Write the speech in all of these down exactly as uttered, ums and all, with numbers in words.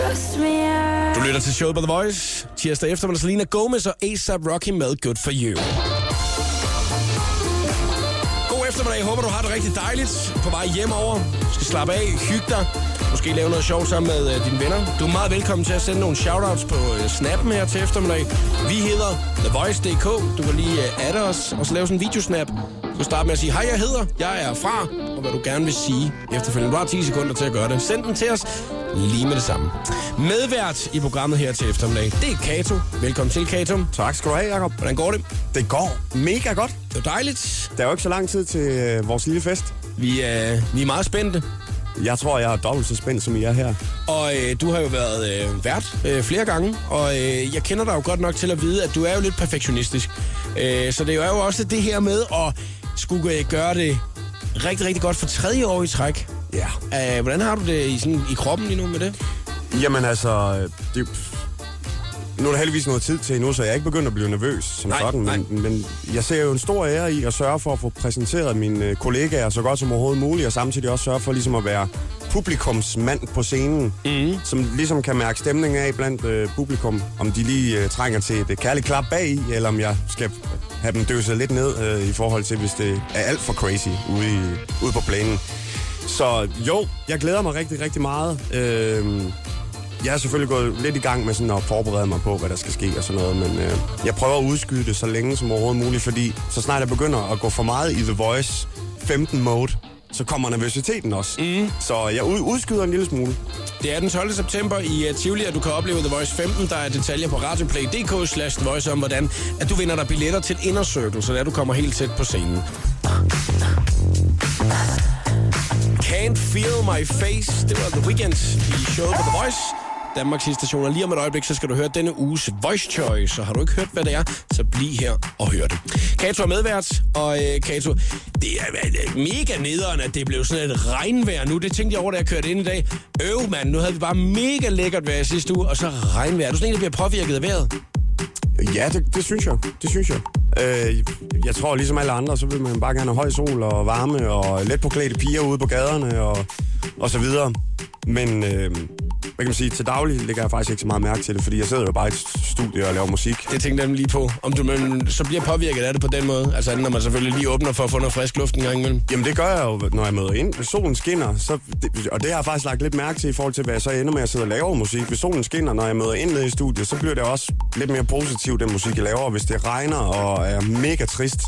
Du lytter til showet på The Voice. Tirsdag efter med Selena Gomez og A$AP Rocky med Good For You. God eftermiddag. Jeg håber, du har det rigtig dejligt på vej hjemover. Du skal slappe af, hygge dig. Måske lave noget sjovt sammen med uh, dine venner. Du er meget velkommen til at sende nogle shoutouts på uh, snappen her til eftermiddag. Vi hedder The Voice punktum d k. Du kan lige uh, adde os og så lave sådan en videosnap. Du kan starte med at sige, hej, jeg hedder, jeg er fra, og hvad du gerne vil sige efterfølgende. Du har ti sekunder til at gøre det. Send den til os lige med det samme. Medvært i programmet her til eftermiddag, det er Kato. Velkommen til, Kato. Tak skal du have, Jacob. Hvordan går det? Det går mega godt. Det er dejligt. Der er jo ikke så lang tid til øh, vores lille fest. Vi er, vi er meget spændte. Jeg tror, jeg er dobbelt så spændt, som I er her. Og øh, du har jo været øh, vært øh, flere gange, og øh, jeg kender dig jo godt nok til at vide, at du er jo lidt perfektionistisk. Øh, så det er jo også det her med at skulle øh, gøre det rigtig, rigtig godt for tredje år i træk. Ja. Øh, hvordan har du det i, sådan, i kroppen lige nu med det? Jamen altså, det, nu er der heldigvis noget tid til endnu, så jeg er ikke begyndt at blive nervøs som nej, sådan. Men, men jeg ser jo en stor ære i at sørge for at få præsenteret mine kollegaer så godt som overhovedet muligt, og samtidig også sørge for ligesom at være publikumsmand på scenen, mm. som ligesom kan mærke stemningen af blandt øh, publikum, om de lige øh, trænger til et kærligt klap bag i, eller om jeg skal have dem døset lidt ned øh, i forhold til, hvis det er alt for crazy ude, i, ude på plænen. Så jo, jeg glæder mig rigtig, rigtig meget. Øh, jeg har selvfølgelig gået lidt i gang med sådan at forberede mig på, hvad der skal ske og sådan noget, men øh, jeg prøver at udskyde det så længe som overhovedet muligt, fordi så snart jeg begynder at gå for meget i The Voice femten mode, så kommer nervøsiteten også. Mm. Så jeg ud- udskyder en lille smule. Det er den tolvte september i uh, Tivoli, at du kan opleve The Voice femten. Der er detaljer på radioplay punktum d k slash The Voice om, hvordan at du vinder dig billetter til Inner Circle, så der du kommer helt tæt på scenen. Can't Feel My Face. Det var The Weeknd i showet på The Voice. Danmarks stationer. Lige om et øjeblik, så skal du høre denne uges Voice Choice. Og har du ikke hørt, hvad det er, så bliv her og hør det. Kato er medvært, og øh, Kato, det er øh, mega nederen, at det blev sådan et regnvejr nu. Det tænkte jeg over, da jeg kørte ind i dag. Øv, mand, nu havde vi bare mega lækkert vejr sidste uge, og så regnvejr. Er du sådan en, der bliver påvirket af vejret? Ja, det, det synes jeg. Det synes jeg. Øh, jeg tror, ligesom alle andre, så vil man bare gerne have høj sol og varme og let påklædte piger ude på gaderne og, og så videre. Men øh, hvad kan man sige, til daglig lægger jeg faktisk ikke så meget mærke til det, fordi jeg sidder jo bare i et studie og laver musik. Det tænkte jeg lige på. Om du men, så bliver påvirket af det på den måde? Altså når man selvfølgelig lige åbner for at få noget frisk luft en gang imellem? Jamen det gør jeg jo, når jeg møder ind. Hvis solen skinner, så, det, og det har jeg faktisk lagt lidt mærke til i forhold til, hvad jeg så ender med at sidde og lave musik. Hvis solen skinner, når jeg møder ind nede i studiet, så bliver det også lidt mere positivt, den musik jeg laver. Og hvis det regner og er mega trist,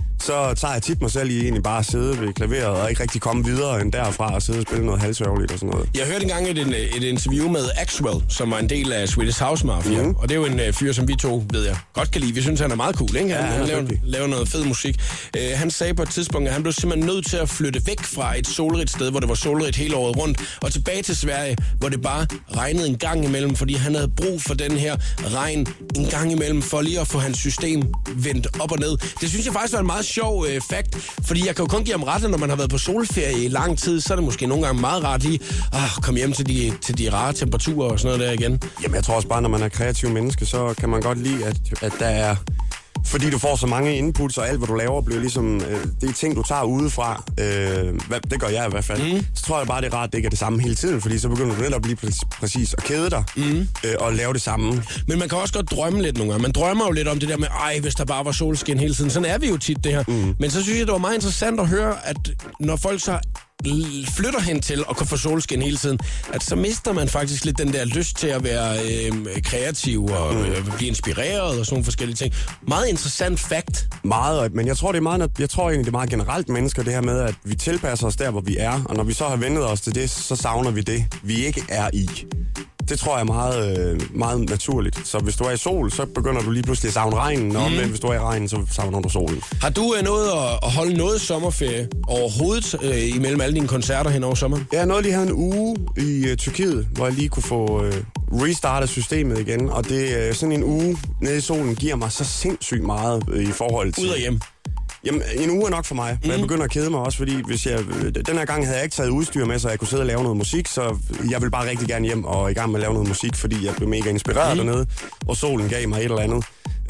så tager jeg tit mig selv i egentlig bare at sidde ved klaveret og ikke rigtig komme videre end derfra og sidde og spille noget halvsørgeligt og sådan noget. Jeg hørte engang et, et interview med Axwell, som var en del af Swedish House Mafia. Mm. Og det er jo en uh, fyr, som vi to, ved jeg, godt kan lide. Vi synes, han er meget cool, ikke? Han, ja, han laver, laver noget fed musik. Uh, han sagde på et tidspunkt, at han blev simpelthen nødt til at flytte væk fra et solrigt sted, hvor det var solrigt hele året rundt, og tilbage til Sverige, hvor det bare regnede en gang imellem, fordi han havde brug for den her regn en gang imellem, for lige at få hans system vendt op og ned. Det synes jeg faktisk var en meget sjov uh, fact, fordi jeg kan jo kun give ham ret, når man har været på solferie i lang tid, så er det måske nogle gange meget rart lige at komme hjem til de, til de rare temperaturer og sådan noget der igen. Jamen jeg tror også bare, når man er kreativ menneske, så kan man godt lide, at, at der er, fordi du får så mange inputs, og alt hvad du laver bliver ligesom, øh, det er ting du tager udefra, øh, hvad, det gør jeg i hvert fald, mm. så tror jeg bare, det er rart, at det ikke er det samme hele tiden, fordi så begynder du netop at blive præ- præcis og kede dig, mm. øh, og lave det samme. Men man kan også godt drømme lidt nogle gange. Man drømmer jo lidt om det der med, ej, hvis der bare var solskin hele tiden. Sådan er vi jo tit det her. Mm. Men så synes jeg, det var meget interessant at høre, at når folk så flytter hen til og kan få solskin hele tiden, at så mister man faktisk lidt den der lyst til at være øh, kreativ og øh, blive inspireret og sådan nogle forskellige ting. Meget interessant fact. Meget, men jeg tror, det er meget, jeg tror egentlig, det er meget generelt mennesker, det her med, at vi tilpasser os der, hvor vi er, og når vi så har vendet os til det, så savner vi det, vi ikke er i. Det tror jeg er meget, meget naturligt. Så hvis du er i sol, så begynder du lige pludselig at savne regnen, og mm. men hvis du er i regnen, så savner du solen. Har du øh, nået at, at holde noget sommerferie overhovedet øh, imellem alle dine koncerter hen over sommeren? Jeg nåede lige at have en uge i uh, Tyrkiet, hvor jeg lige kunne få uh, restartet systemet igen, og det uh, sådan en uge nede i solen giver mig så sindssygt meget uh, i forhold til... Ud og hjem? Jamen, en uge er nok for mig, men mm. jeg begynder at kede mig også, fordi hvis jeg, den her gang havde jeg ikke taget udstyr med, så jeg kunne sidde og lave noget musik, så jeg vil bare rigtig gerne hjem og i gang med at lave noget musik, fordi jeg blev mega inspireret mm. dernede, og solen gav mig et eller andet.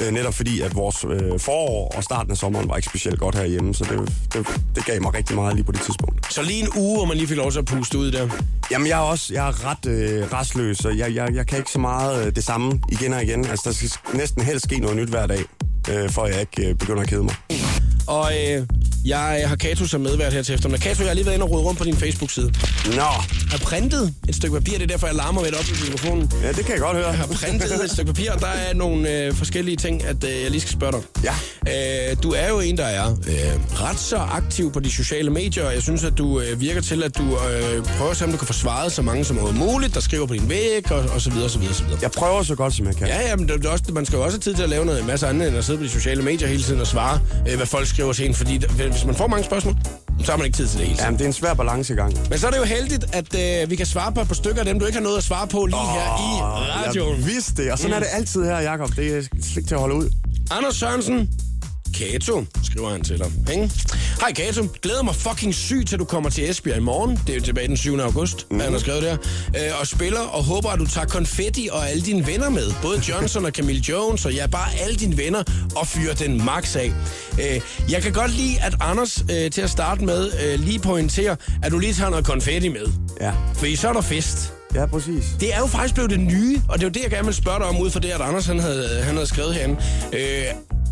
Øh, netop fordi, at vores øh, forår og starten af sommeren var ikke specielt godt herhjemme, så det, det, det gav mig rigtig meget lige på det tidspunkt. Så lige en uge, hvor man lige fik lov til at puste ud der? Jamen, jeg er også jeg er ret øh, restløs, så jeg, jeg, jeg kan ikke så meget øh, det samme igen og igen. Altså, der skal næsten helst ske noget nyt hver dag, øh, for jeg ikke øh, begynder at kede mig. Og øh, jeg har Kato som medvært her til eftermiddag. Kato, jeg har lige været inde og rode rundt på din Facebook-side. Nå. Jeg har printet et stykke papir, det er derfor, jeg larmer lidt op i mikrofonen. Ja, det kan jeg godt høre. Jeg har printet et stykke papir, og der er nogle øh, forskellige ting, at øh, jeg lige skal spørge dig. Ja. Øh, du er jo en, der er øh, ret så aktiv på de sociale medier, og jeg synes, at du øh, virker til, at du øh, prøver at se, om du kan få svaret så mange som muligt, der skriver på din væg, og, og så videre, og så videre, og så videre. Jeg prøver så godt, som jeg kan. Ja, ja, men det, det også, man skal jo også have tid til at lave noget masse andet, end at sidde på de sociale medier hele tiden og svare, øh, hvad folk skriver til en, fordi hvis man får mange spørgsmål, så har man ikke tid til det hele tiden. Jamen, det er en svær balancegang. Men så er det jo heldigt, at øh, vi kan svare på et par stykker af dem, du ikke har noget at svare på lige oh, her i radioen. Jeg vidste det, og sådan mm. er det altid her, Jakob. Det er slet til at holde ud. Anders Sørensen, Kato, skriver han til dig. Ikke? Hej Kato, glæder mig fucking sygt til du kommer til Esbjerg i morgen. Det er jo tilbage den syvende august, mm. han har skrevet der. Øh, og spiller og håber, at du tager konfetti og alle dine venner med. Både Johnson og Camille Jones, og ja, bare alle dine venner, og fyrer den max af. Øh, jeg kan godt lide, at Anders øh, til at starte med øh, lige pointerer, at du lige tager noget konfetti med. Ja. For så er der fest. Ja, præcis. Det er jo faktisk blevet det nye, og det er jo det, jeg gerne vil spørge dig om, ud fra det, at Anders han havde, han havde skrevet herinde. Øh,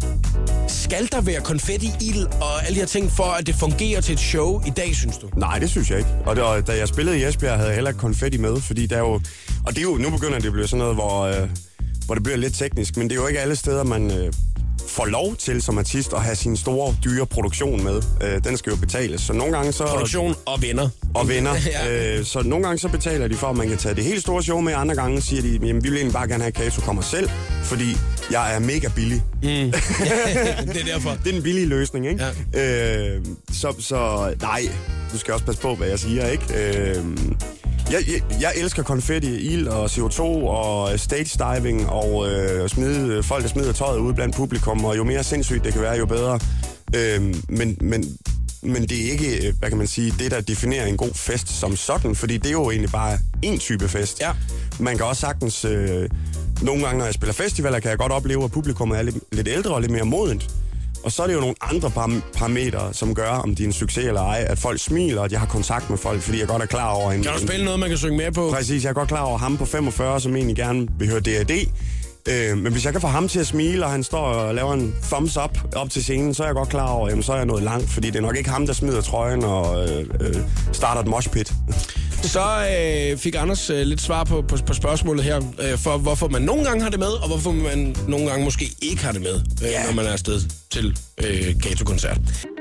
Skal der være konfetti, ild og alle de her ting, for at det fungerer til et show i dag, synes du? Nej, det synes jeg ikke. Og, det, og da jeg spillede i Esbjerg, havde jeg heller ikke konfetti med, fordi der er jo... Og det er jo, nu begynder det at blive sådan noget, hvor, øh, hvor det bliver lidt teknisk, men det er jo ikke alle steder, man øh, får lov til som artist at have sin store, dyre produktion med. Øh, den skal jo betales, så nogle gange så... Produktion og venner. Og venner. ja. øh, så nogle gange så betaler de for, at man kan tage det helt store show med, andre gange siger de, jamen vi vil egentlig bare gerne have, at Kato kommer selv, fordi jeg er mega billig. Mm. det er derfor. Det er en billig løsning, ikke? Ja. Øh, så, så nej, du skal også passe på, hvad jeg siger, ikke? Øh, jeg, jeg, jeg elsker konfetti, ild og C O to og stage diving og øh, smide, folk, der smider tøjet ude blandt publikum, og jo mere sindssygt det kan være, jo bedre. Øh, men, men, men det er ikke, hvad kan man sige, det, der definerer en god fest som sådan, fordi det er jo egentlig bare en type fest. Ja. Man kan også sagtens... Øh, Nogle gange, når jeg spiller festivaler, kan jeg godt opleve, at publikummet er lidt, lidt ældre og lidt mere modent. Og så er det jo nogle andre par- parametre, som gør, om de er en succes eller ej. At folk smiler, og at jeg har kontakt med folk, fordi jeg godt er klar over... En, kan du spille noget, man kan synge med på? Præcis, jeg er godt klar over ham på femogfyrre, som egentlig gerne vil høre D A D. Øh, men hvis jeg kan få ham til at smile, og han står og laver en thumbs up op til scenen, så er jeg godt klar over, jamen så er jeg nået langt. Fordi det er nok ikke ham, der smider trøjen og øh, øh, starter et moshpit. Så øh, fik Anders øh, lidt svar på, på, på spørgsmålet her, øh, for hvorfor man nogle gange har det med, og hvorfor man nogle gange måske ikke har det med, øh, yeah. når man er afsted til øh, Kato-koncert.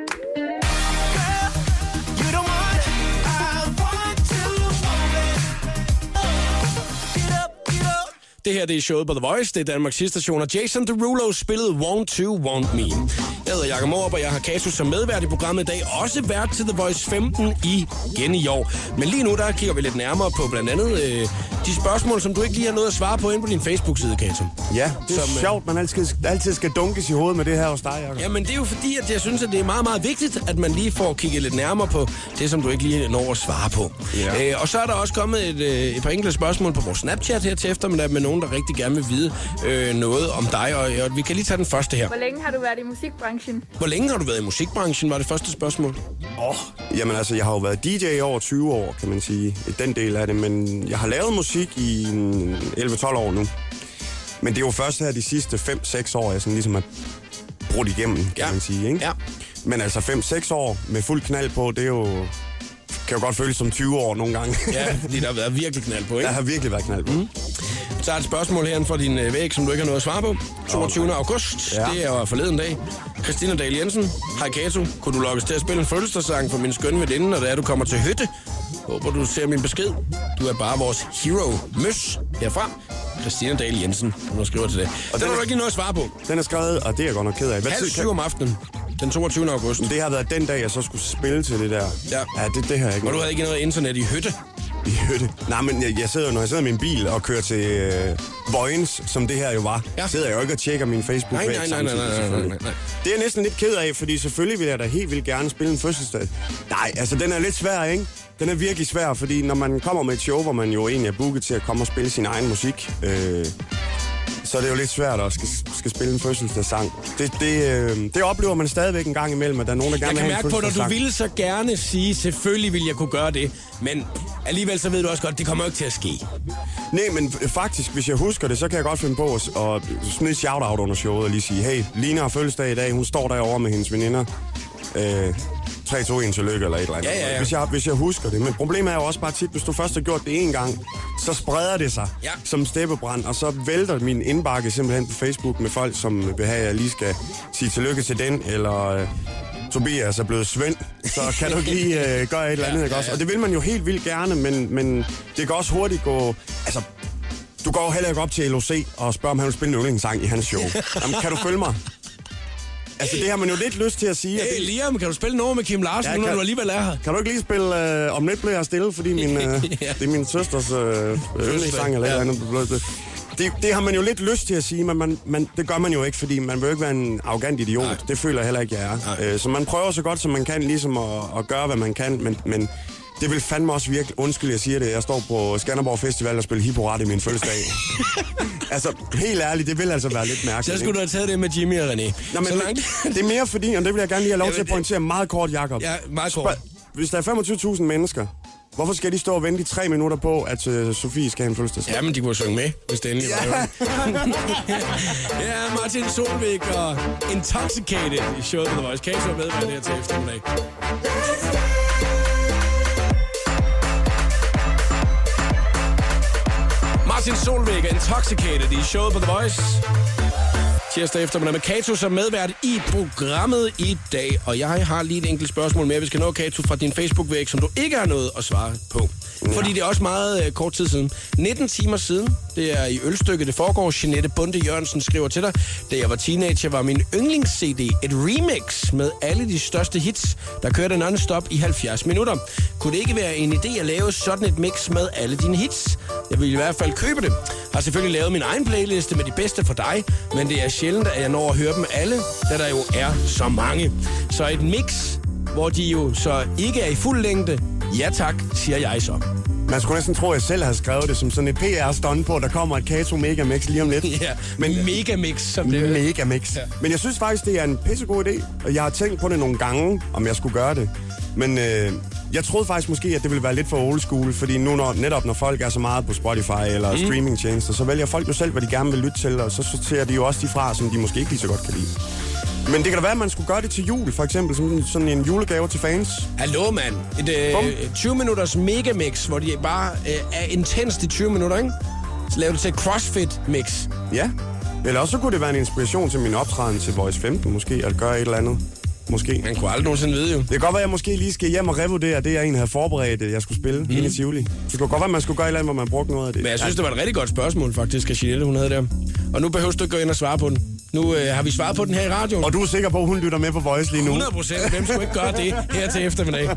Det her det er showet på The Voice, det er Danmarks station, og Jason Derulo spillede Want To Want Me. Jeg hedder Jakob Morup, og jeg har Kato som medvært i programmet i dag, også vært til The Voice femten igen i år. Men lige nu, der kigger vi lidt nærmere på blandt andet øh, de spørgsmål, som du ikke lige har noget at svare på inde på din Facebook-side, Kato. Ja, det er som, sjovt, man altid, altid skal dunkes i hovedet med det her hos dig, Jakob. Jamen, det er jo fordi, at jeg synes, at det er meget, meget vigtigt, at man lige får kigget lidt nærmere på det, som du ikke lige når at svare på. Ja. Øh, og så er der også kommet et, øh, et par enkelte spørgsmål på vores Snapchat her til eftermiddag med nogen, der rigtig gerne vil vide øh, noget om dig, og, og vi kan lige tage den første her. Hvor længe har du været i musikbranchen? Hvor længe har du været i musikbranchen, var det første spørgsmål? Åh, oh, jamen altså, jeg har jo været D J i over tyve år, kan man sige, i den del af det, men jeg har lavet musik i elleve tolv år nu. Men det er jo først her de sidste fem seks år, jeg sådan ligesom har brudt igennem, kan ja. man sige, ikke? Ja. Men altså fem seks år med fuld knald på, det er jo... kan jo godt føles som tyve år nogle gange. Ja, fordi der har været virkelig knald på, ikke? Der har virkelig været knald på. Mm. Så er et spørgsmål herinde fra din øh, væg, som du ikke har noget at svare på. toogtyvende august, ja. Det er jo forleden dag. Christina Dahl Jensen, hej Kato. Kunne du lokkes til at spille en fødselsdagssang for min skønne veninde, når det er, du kommer til Hytte? Håber, du ser min besked. Du er bare vores hero. Møs herfra. Christina Dahl Jensen, hun skriver til det. Og den har du ikke noget at svare på. Den er skrevet, og det er jeg godt nok ked af. Halv syv om aftenen. Den toogtyvende august. Det har været den dag, jeg så skulle spille til det der. Ja. Ja, det, det har jeg ikke. Og du havde ikke noget internet i Hytte? I Hytte? Nej, men jeg, jeg sidder, når jeg sidder i min bil og kører til øh, Vojens, som det her jo var, ja. sidder jeg jo ikke og tjekker min Facebook. Nej, nej, nej, nej, nej, nej, nej, nej. Det er jeg næsten lidt ked af, fordi selvfølgelig vil jeg da helt vildt gerne spille en fødselsdag. Nej, altså den er lidt svær, ikke? Den er virkelig svær, fordi når man kommer med et show, hvor man jo egentlig er booket til at komme og spille sin egen musik, øh, så er det jo lidt svært at skal, skal spille en fødselsdagssang. Det, det, øh, det oplever man stadigvæk en gang imellem, at der er nogen, der gerne vil have en fødselsdagssang. Jeg kan mærke på dig, du ville så gerne sige, selvfølgelig vil jeg kunne gøre det, men alligevel så ved du også godt, det kommer ikke til at ske. Nej, men faktisk, hvis jeg husker det, så kan jeg godt finde på at, at smide shout-out under showet og lige sige, hey, Lina har fødselsdag i dag, hun står derovre med hendes veninder. Øh, tre to en tillykke eller et eller andet. Ja, ja, ja. Hvis, jeg, hvis jeg husker det. Men problemet er jo også bare tit, hvis du først har gjort det en gang, så spreder det sig ja. som steppebrand, og så vælter min indbakke simpelthen på Facebook med folk, som vil have, at jeg lige skal sige tillykke til den, eller øh, Tobias er blevet Svend, så kan du ikke lige øh, gøre et eller andet, ja, ikke ja, også? Ja. Og det vil man jo helt vildt gerne, men, men det kan også hurtigt gå... Altså, du går jo heller ikke op til L O C og spørger, om han vil spille en yndlingssang i hans show. Jamen, kan du følge mig? Altså, det har man jo lidt lyst til at sige. Hey, Liam, kan du spille noget med Kim Larsen, ja, nu når du alligevel er her? Kan du ikke lige spille øh, Om lidt bliver jeg stille, fordi min, øh, ja. det er min søsters øh, yndlingssang eller ja. andet. Det, det har man jo lidt lyst til at sige, men man, man, det gør man jo ikke, fordi man vil jo ikke være en arrogant idiot. Nej. Det føler jeg heller ikke, jeg er. Øh, så man prøver så godt, som man kan, ligesom at, at gøre, hvad man kan, men... men det vil fandme også virkelig, undskyld, jeg siger det, jeg står på Skanderborg Festival og spiller hipporet i min fødselsdag. Altså, helt ærligt, det vil altså være lidt mærkeligt. Så skulle du have taget det med Jimmy og René. Nå, men det, det er mere fordi, og det vil jeg gerne lige have lov til at pointere meget kort, Jakob. Ja, meget kort. Hvis der er femogtyve tusind mennesker, hvorfor skal de stå og vente i tre minutter på, at uh, Sofie skal have en fødselsdag? Ja, men de kunne synge med, hvis det endelig var. Ja, Martin Solveig og Intoxicated i showet på The Voice. Kan I så med, hvad det her til eftermiddag? Martin Solveig og Intoxicated i showet på The Voice. Tirsdag eftermiddag med Kato som medvært i programmet i dag. Og jeg har lige et enkelt spørgsmål mere. Vi skal nå, Kato, fra din Facebook-væg, som du ikke har noget at svare på. Ja. Fordi det er også meget øh, kort tid siden. nitten timer siden. Det er i Ølstykke, det foregår. Jeanette Bunde Jørgensen skriver til dig. Da jeg var teenager, var min yndlings-C D et remix med alle de største hits, der kørte non-stop i halvfjerds minutter. Kunne det ikke være en idé at lave sådan et mix med alle dine hits? Jeg vil i hvert fald købe det. Har selvfølgelig lavet min egen playliste med de bedste for dig, men det er sjældent, at jeg når at høre dem alle, da der jo er så mange. Så et mix, hvor de jo så ikke er i fuld længde. Ja tak, siger jeg så. Man skulle næsten tro, at jeg selv har skrevet det som sådan et P R-stunt på, der kommer et Kato Megamix lige om lidt. Ja, men Megamix, som det er. Megamix. Ja. Men jeg synes faktisk, det er en pissegod idé, og jeg har tænkt på det nogle gange, om jeg skulle gøre det. Men øh, jeg troede faktisk måske, at det ville være lidt for old school, fordi nu når, netop når folk er så meget på Spotify eller mm. streamingtjenester, så vælger folk jo selv, hvad de gerne vil lytte til, og så sorterer de jo også de fra, som de måske ikke lige så godt kan lide. Men det kan da være, at man skulle gøre det til jul, for eksempel, som sådan en julegave til fans. Hallo, mand. Et øh, tyve minutters megamix, hvor de bare øh, er intenst i tyve minutter, ikke? Så laver du til CrossFit-mix. Ja. Eller også så kunne det være en inspiration til min optræden til Voice femten, måske, at gøre et eller andet. Måske. Man kunne aldrig nogensinde vide, jo. Det kan godt være, at jeg måske lige skal hjem og revurdere det, jeg egentlig havde forberedt, jeg skulle spille mm. inde i Tivoli. Det kunne godt være, at man skulle gøre et eller andet, hvor man brugte noget af det. Men jeg synes, det var et rigtig godt spørgsmål, faktisk, at Jeanette, hun havde der. Og nu behøver du ikke gå ind og svare på den. Nu øh, har vi svaret på den her i radioen. Og du er sikker på, at hun lytter med på Voice lige nu? hundrede procent. Hvem skulle ikke gøre det her til eftermiddag?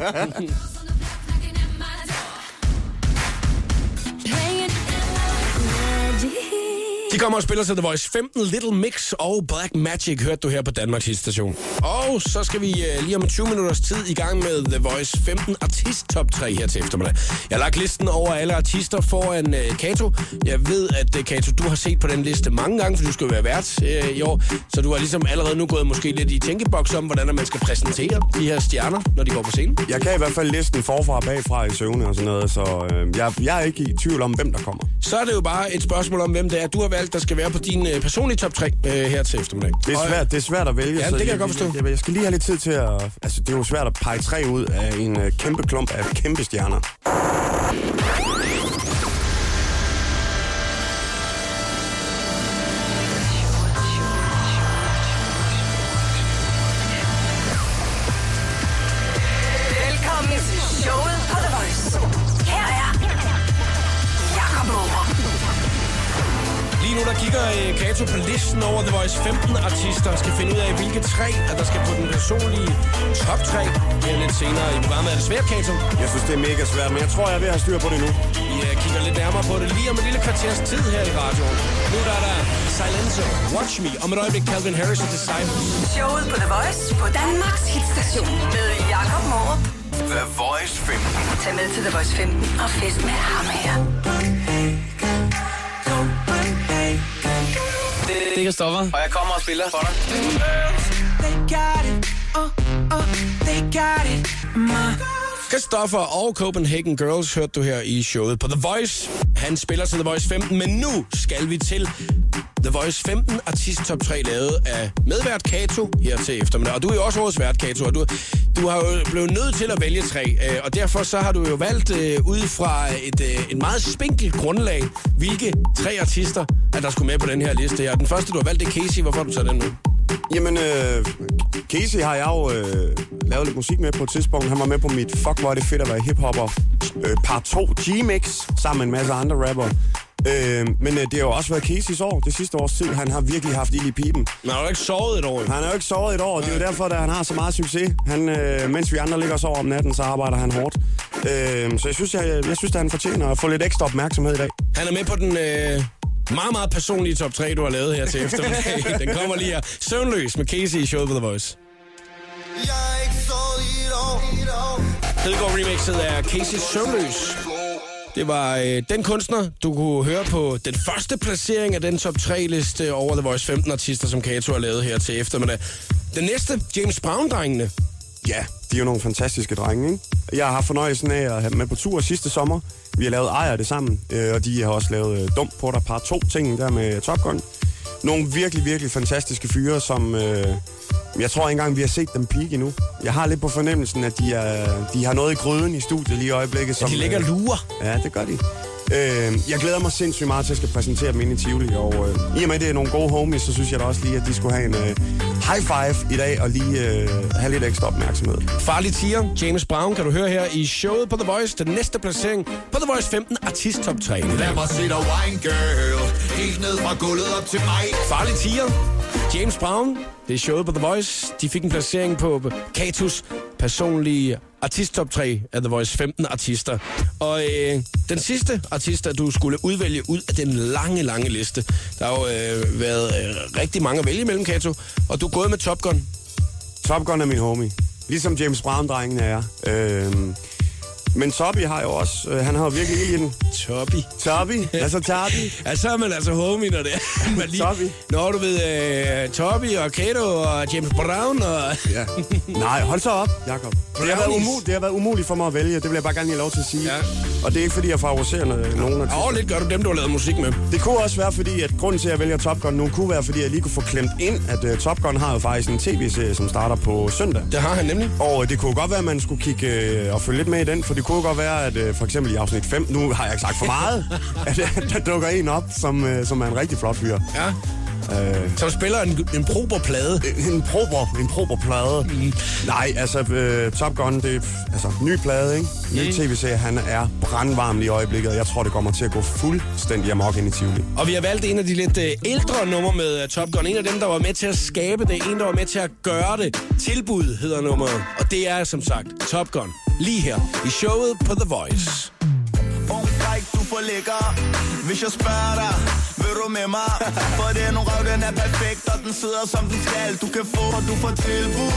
De kommer og spiller til The Voice femten, Little Mix og Black Magic, hørte du her på Danmarks Hitstation. Og så skal vi uh, lige om tyve minutters tid i gang med The Voice femten Artist Top tre her til eftermiddag. Jeg har lagt listen over alle artister foran uh, Kato. Jeg ved, at uh, Kato, du har set på den liste mange gange, for du skal jo være vært uh, i år. Så du har ligesom allerede nu gået måske lidt i tænkeboks om, hvordan man skal præsentere de her stjerner, når de går på scenen. Jeg kan i hvert fald listen forfra og bagfra i søvne og sådan noget, så uh, jeg, jeg er ikke i tvivl om, hvem der kommer. Så er det jo bare et spørgsmål om, hvem det er, du har valgt, der skal være på din øh, personlige top tre øh, her til eftermiddag. Det er svært, det er svært at vælge. Ja, det kan jeg, jeg godt forstå. Jeg, jeg, jeg skal lige have lidt tid til at... Altså, det er jo svært at pege tre ud af en øh, kæmpe klump af kæmpe stjerner. Velkommen til showet på The Voice. Her er Jakob Morup. Lige nu der kigger uh, Kato på listen over The Voice femten artister og skal finde ud af, hvilke tre, at der skal på den personlige top tre. Her lidt senere i programmet. Er det svært, Kato? Jeg synes, det er mega svært, men jeg tror, jeg er ved at have styr på det nu. Vi uh, kigger lidt nærmere på det lige om et lille kvarters tid her i radioen. Nu der er der Silencer, Watch Me, om et øjeblik Calvin Harris og Disciples. Showet på The Voice på Danmarks Hitstation med Jakob Morup. The Voice femten. Tag med til The Voice femten og fest med ham her. det er Christoffer. Og jeg kommer og spiller for dig. Christoffer og Copenhagen Girls hørte du her i showet på The Voice. Han spiller til The Voice femten, men nu skal vi til The Voice femten artist top tre lavet af medvært Kato her til eftermiddag. Og du er jo også vores vært, Kato, og du, du har jo blevet nødt til at vælge tre. Og derfor så har du jo valgt uh, ud fra et, uh, et meget spinkelt grundlag, hvilke tre artister, at der skulle med på den her liste her. Den første, du har valgt, det er Casey. Hvorfor har du taget den nu? Jamen, øh, Casey har jeg jo øh, lavet lidt musik med på et tidspunkt. Han var med på mit Fuck, hvor er det fedt at være hiphopper. Øh, part to, G-Mix, sammen med en masse andre rapper. Øh, men øh, det har jo også været Caseys år, det sidste års tid. Han har virkelig haft ild i pipen. Men han har jo ikke sovet et år. Han har jo ikke sovet et år, og det er jo derfor, at han har så meget succes. Han, øh, mens vi andre ligger og sover om natten, så arbejder han hårdt. Øh, så jeg synes, jeg, jeg synes, at han fortjener at få lidt ekstra opmærksomhed i dag. Han er med på den... Øh meget, meget personlige top tre, du har lavet her til eftermiddag. Den kommer lige her. Søvnløs med Casey i showet på The Voice. Hedegaard remixet af Casey Søvnløs. Det var øh, den kunstner, du kunne høre på den første placering af den top tre-liste over The Voice femten artister, som Kato har lavet her til eftermiddag. Den næste, James Brown-drengene. Ja, de er jo nogle fantastiske drenge, ikke? Jeg har haft fornøjelsen af at have dem med på tur sidste sommer. Vi har lavet Ejer det sammen, øh, og de har også lavet øh, Dum på der par to ting der med Top Gun. Nogle virkelig, virkelig fantastiske fyre, som øh, jeg tror ikke engang, vi har set dem peak endnu. Jeg har lidt på fornemmelsen, at de, er, de har noget i gryden i studiet lige i øjeblikket. Som, ja, de ligger øh, lurer. Ja, det gør de. Øh, jeg glæder mig sindssygt meget til at skal præsentere dem inde i Tivoli, og øh, i og med, det er nogle gode homies, så synes jeg da også lige, at de skulle have en øh, high five i dag, og lige øh, have lidt ekstra opmærksomhed. Farlig tiger, James Brown, kan du høre her i showet på The Voice, den næste placering på The Voice femten artist top tre. Lad mig se dig wine girl, helt ned fra gulvet op til mig. Farlig tiger, James Brown, det er showet på The Voice. De fik en placering på Katos personlige artist top tre af The Voice femten artister. Og øh, den sidste artist, du skulle udvælge ud af den lange, lange liste. Der har jo øh, været øh, rigtig mange at vælge mellem, Kato. Og du er gået med Top Gun. Top Gun er min homie. Ligesom James Brown-drengene er. Øh, men Toppy har jo også, øh, han har jo virkelig ild i den. Toppy. Toppy, altså Toppy. Ja, så er man altså homie, når det er. Man lige, Toppy. Når du ved, øh, Toppy og Kato og James Brown og... Ja. Nej, hold så op, Jakob. Det har, været umu- det har været umuligt for mig at vælge, det vil jeg bare gerne have lov til at sige. Ja. Og det er ikke fordi, jeg favoriserer nogen af ja, lidt gør du dem, du har lavet musik med. Det kunne også være fordi, at grunden til, at jeg vælger Top Gun nu, kunne være fordi, jeg lige kunne få klemt ind, at uh, Top Gun har jo faktisk en tv-serie, som starter på søndag. Det har han nemlig. Og det kunne godt være, at man skulle kigge uh, og følge lidt med i den, for det kunne godt være, at uh, for eksempel i afsnit fem, nu har jeg ikke sagt for meget, at uh, der dukker en op, som, uh, som er en rigtig flot fyr. Ja. Uh, som spiller en, en prober plade. En, en prober, en prober plade. Mm. Nej, altså uh, Top Gun, det er altså ny plade, ikke? Ny mm. tv-serie, han er brandvarm lige i øjeblikket, og jeg tror, det kommer til at gå fuldstændig amok ind i Tivoli. Og vi har valgt en af de lidt uh, ældre numre med uh, Top Gun. En af dem, der var med til at skabe det. En, der var med til at gøre det. Tilbud hedder nummeret. Og det er som sagt Top Gun. Lige her i showet på The Voice. Du for lækker. Hvis jeg spørger dig, vil du med mig? For den røv, den er perfekt, og den sidder som den skal. Du kan få, og du får tilbud.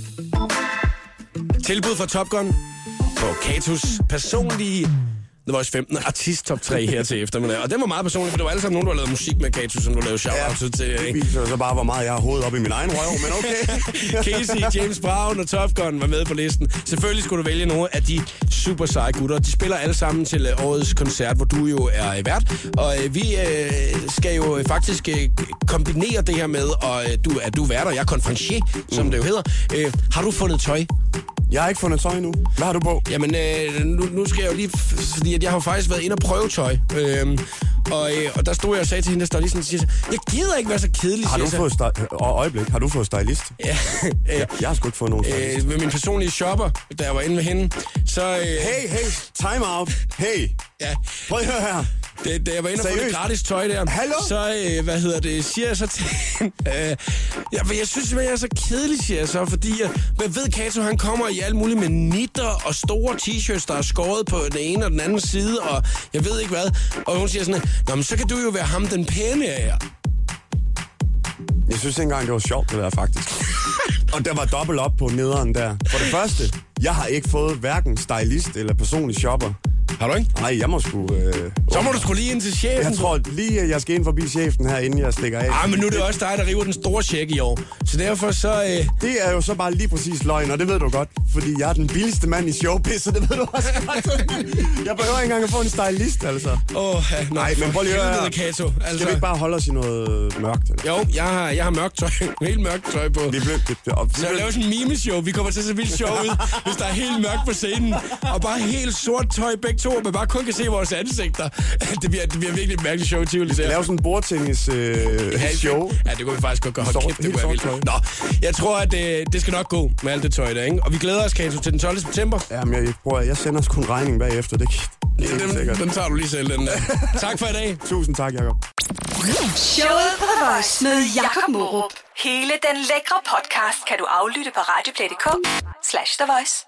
Tilbud fra Top Gun på Katos personlige The Voice femten artist top tre her til eftermiddag. Og det var meget personligt, for det var alle sammen nogen, der har lavet musik med Kato, som du lavede shout-out ja, til. Det viser så bare, hvor meget jeg har hovedet op i min egen røv, men okay. Casey, James Brown og Top Gun var med på listen. Selvfølgelig skulle du vælge nogle af de super seje gutter. De spiller alle sammen til årets koncert, hvor du jo er vært. Og øh, vi øh, skal jo faktisk øh, kombinere det her med, og øh, du, at du er vært, og jeg er konferencier, som mm. det jo hedder. Øh, har du fundet tøj? Jeg har ikke fundet tøj nu. Hvad har du på? Jamen, øh, nu, nu skal jeg jo lige... Fordi at jeg har jo faktisk været inde og prøve tøj. Øhm, og, øh, og der stod jeg og sagde til hende, der står ligesom, siger, jeg gider ikke være så kedelig. Har du fået sti- øjeblik, har du fået stylist? Ja. Øh, jeg, jeg har sgu ikke fået nogen stylist. Øh, med min personlige shopper, da jeg var inde med hende, så... Øh, hey, hey, time out. Hey. Ja. Prøv at høre her. Det, da jeg var inde og få det gratis tøj der, Hallo? så, øh, hvad hedder det, siger jeg så til hende, øh, ja, jeg synes, at jeg er så kedelig, siger jeg så, fordi jeg, jeg ved, Kato, han kommer i alt muligt med nitter og store t-shirts, der er skåret på den ene og den anden side, og jeg ved ikke hvad, og hun siger sådan, nå, men så kan du jo være ham den pæne af jer. Jeg synes ikke engang, det var sjovt, det der faktisk. Og der var dobbelt op på nederen der. For det første, jeg har ikke fået hverken stylist eller personlig shopper. Har du ikke? Nej, jeg må sgu... Øh, Så må du sgu lige ind til chefen. Jeg tror lige, at jeg skal ind forbi chefen her, inden jeg stikker af. Ah, men nu er det også dig, der river den store check i år. Så derfor så... Øh... Det er jo så bare lige præcis løgn, og det ved du godt. Fordi jeg er den billigste mand i showbiz, så det ved du også godt. Jeg behøver ikke engang at få en stylist, altså. Åh, oh, ja, nej, men prøv lige at høre. Kato, altså. Skal vi ikke bare holde os i noget mørkt? Eller? Jo, jeg har, jeg har mørkt tøj. Helt mørkt tøj på. Vi blev, det, det, og, så jeg laver sådan en mimeshow. Vi kommer til at se vildt sjov ud, hvis der er helt mørkt på scenen. Og bare helt sort tøj begge to, og man bare kun kan se vores ansigter. Det bliver, det bliver virkelig et mærkeligt show, Tivoli. Vi skal lave sådan en bordtennis øh, ja, show. Ja, det kunne vi faktisk godt gøre. Hold kæft, det kunne være vildt. Nå, jeg tror, at det, det skal nok gå med alt det tøj der, ikke? Og vi glæder os, Kato, til den tolvte september. Jamen, jeg, prøver, jeg sender sgu en regning bagefter. Det, det er den, sikkert. Den tager du lige selv, den der. Tak for i dag. Tusind tak, Jacob. Showet på The Voice med Jacob Morup. Hele den lækre podcast kan du aflytte på radioplay punktum d k slash The Voice.